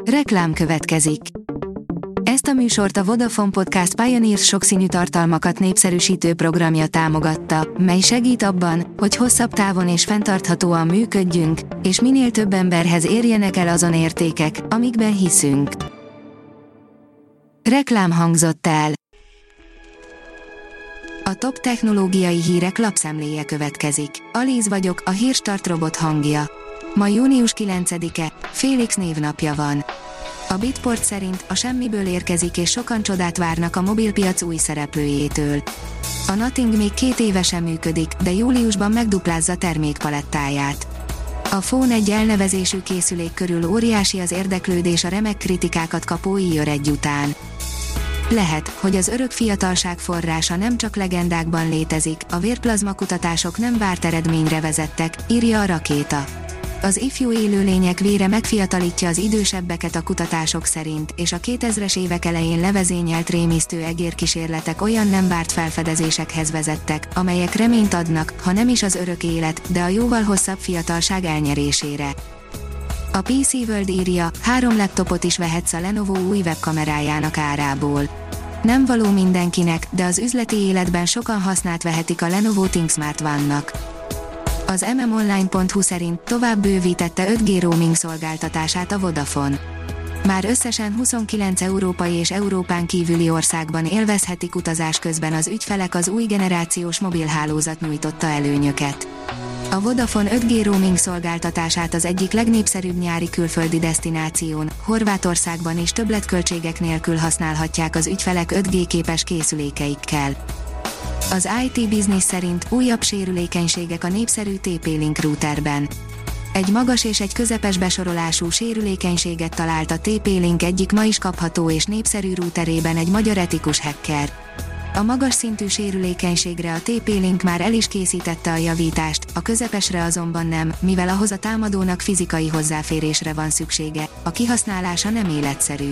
Reklám következik. Ezt a műsort a Vodafone Podcast Pioneers sokszínű tartalmakat népszerűsítő programja támogatta, mely segít abban, hogy hosszabb távon és fenntarthatóan működjünk, és minél több emberhez érjenek el azon értékek, amikben hiszünk. Reklám hangzott el. A top technológiai hírek lapszemléje következik. Alíz vagyok, a Hírstart robot hangja. Ma június 9-e, Félix névnapja van. A Bitport szerint a semmiből érkezik és sokan csodát várnak a mobilpiac új szereplőjétől. A Nothing még 2 éve sem működik, de júliusban megduplázza termékpalettáját. A Phone 1 elnevezésű készülék körül óriási az érdeklődés a remek kritikákat kapó i1 után. Lehet, hogy az örök fiatalság forrása nem csak legendákban létezik, a vérplazma kutatások nem várt eredményre vezettek, írja a Rakéta. Az ifjú élőlények vére megfiatalítja az idősebbeket a kutatások szerint, és a 2000-es évek elején levezényelt rémisztő egérkísérletek olyan nem várt felfedezésekhez vezettek, amelyek reményt adnak, ha nem is az örök élet, de a jóval hosszabb fiatalság elnyerésére. A PC World írja, 3 laptopot is vehetsz a Lenovo új webkamerájának árából. Nem való mindenkinek, de az üzleti életben sokan hasznát vehetik a Lenovo ThinkSmart One-nak. Az mmonline.hu szerint tovább bővítette 5G roaming szolgáltatását a Vodafone. Már összesen 29 európai és Európán kívüli országban élvezhetik utazás közben az ügyfelek az új generációs mobilhálózat nyújtotta előnyöket. A Vodafone 5G roaming szolgáltatását az egyik legnépszerűbb nyári külföldi desztináción, Horvátországban is többletköltségek nélkül használhatják az ügyfelek 5G képes készülékeikkel. Az IT Business szerint újabb sérülékenységek a népszerű TP-Link routerben. Egy magas és egy közepes besorolású sérülékenységet talált a TP-Link egyik ma is kapható és népszerű routerében egy magyar etikus hacker. A magas szintű sérülékenységre a TP-Link már el is készítette a javítást, a közepesre azonban nem, mivel ahhoz a támadónak fizikai hozzáférésre van szüksége, a kihasználása nem életszerű.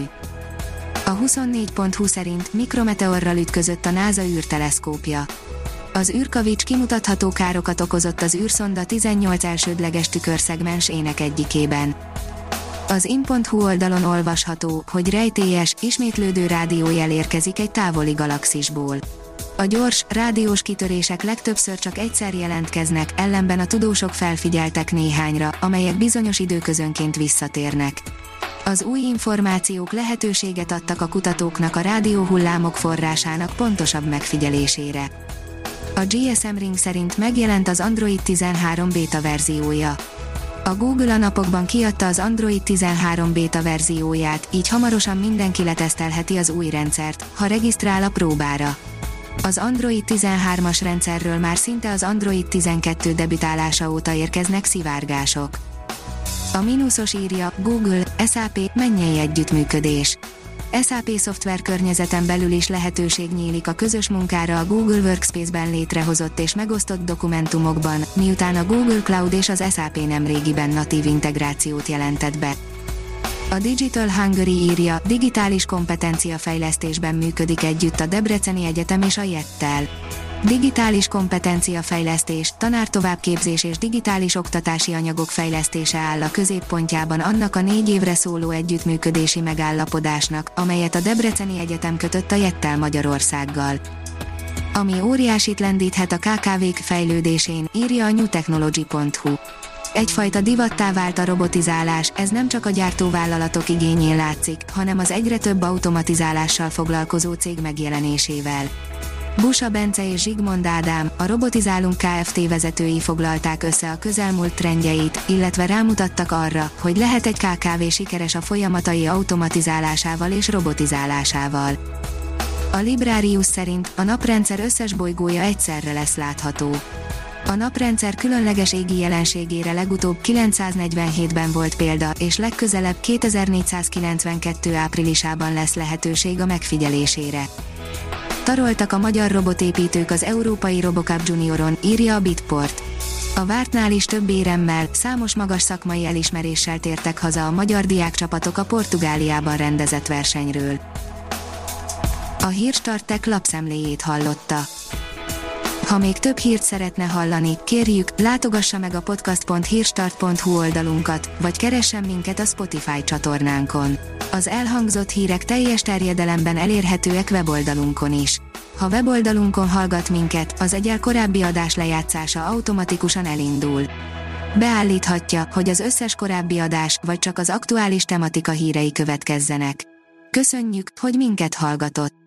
A 24.hu szerint mikrometeorral ütközött a NASA űrteleszkópja. Az űrkavics kimutatható károkat okozott az űrszonda 18 elsődleges tükörszegmensének egyikében. Az in.hu oldalon olvasható, hogy rejtélyes, ismétlődő rádiójel érkezik egy távoli galaxisból. A gyors, rádiós kitörések legtöbbször csak egyszer jelentkeznek, ellenben a tudósok felfigyeltek néhányra, amelyek bizonyos időközönként visszatérnek. Az új információk lehetőséget adtak a kutatóknak a rádióhullámok forrásának pontosabb megfigyelésére. A GSM Ring szerint megjelent az Android 13 beta verziója. A Google a napokban kiadta az Android 13 beta verzióját, így hamarosan mindenki letesztelheti az új rendszert, ha regisztrál a próbára. Az Android 13-as rendszerről már szinte az Android 12 debütálása óta érkeznek szivárgások. A mínuszos írja, Google, SAP, mennyei együttműködés. SAP szoftverkörnyezeten belül is lehetőség nyílik a közös munkára a Google Workspace-ben létrehozott és megosztott dokumentumokban, miután a Google Cloud és az SAP nemrégiben natív integrációt jelentett be. A Digital Hungary írja, digitális kompetenciafejlesztésben működik együtt a Debreceni Egyetem és a JET-tel. Digitális kompetenciafejlesztés, tanártovábbképzés és digitális oktatási anyagok fejlesztése áll a középpontjában annak a 4 évre szóló együttműködési megállapodásnak, amelyet a Debreceni Egyetem kötött a JET-tel Magyarországgal. Ami óriásit lendíthet a KKV-k fejlődésén, írja a newtechnology.hu. Egyfajta divattá vált a robotizálás, ez nem csak a gyártóvállalatok igényén látszik, hanem az egyre több automatizálással foglalkozó cég megjelenésével. Busa Bence és Zsigmond Ádám, a Robotizálunk Kft. Vezetői foglalták össze a közelmúlt trendjeit, illetve rámutattak arra, hogy lehet egy KKV sikeres a folyamatai automatizálásával és robotizálásával. A Librarius szerint a naprendszer összes bolygója egyszerre lesz látható. A naprendszer különleges égi jelenségére legutóbb 947-ben volt példa, és legközelebb 2492 áprilisában lesz lehetőség a megfigyelésére. Taroltak a magyar robotépítők az Európai Robocup Junioron, írja a Bitport. A vártnál is több éremmel, számos magas szakmai elismeréssel tértek haza a magyar diákcsapatok a Portugáliában rendezett versenyről. A Hírstart Tech lapszemléjét hallotta. Ha még több hírt szeretne hallani, kérjük, látogassa meg a podcast.hírstart.hu oldalunkat, vagy keressen minket a Spotify csatornánkon. Az elhangzott hírek teljes terjedelemben elérhetőek weboldalunkon is. Ha weboldalunkon hallgat minket, az egyel korábbi adás lejátszása automatikusan elindul. Beállíthatja, hogy az összes korábbi adás, vagy csak az aktuális tematika hírei következzenek. Köszönjük, hogy minket hallgatott!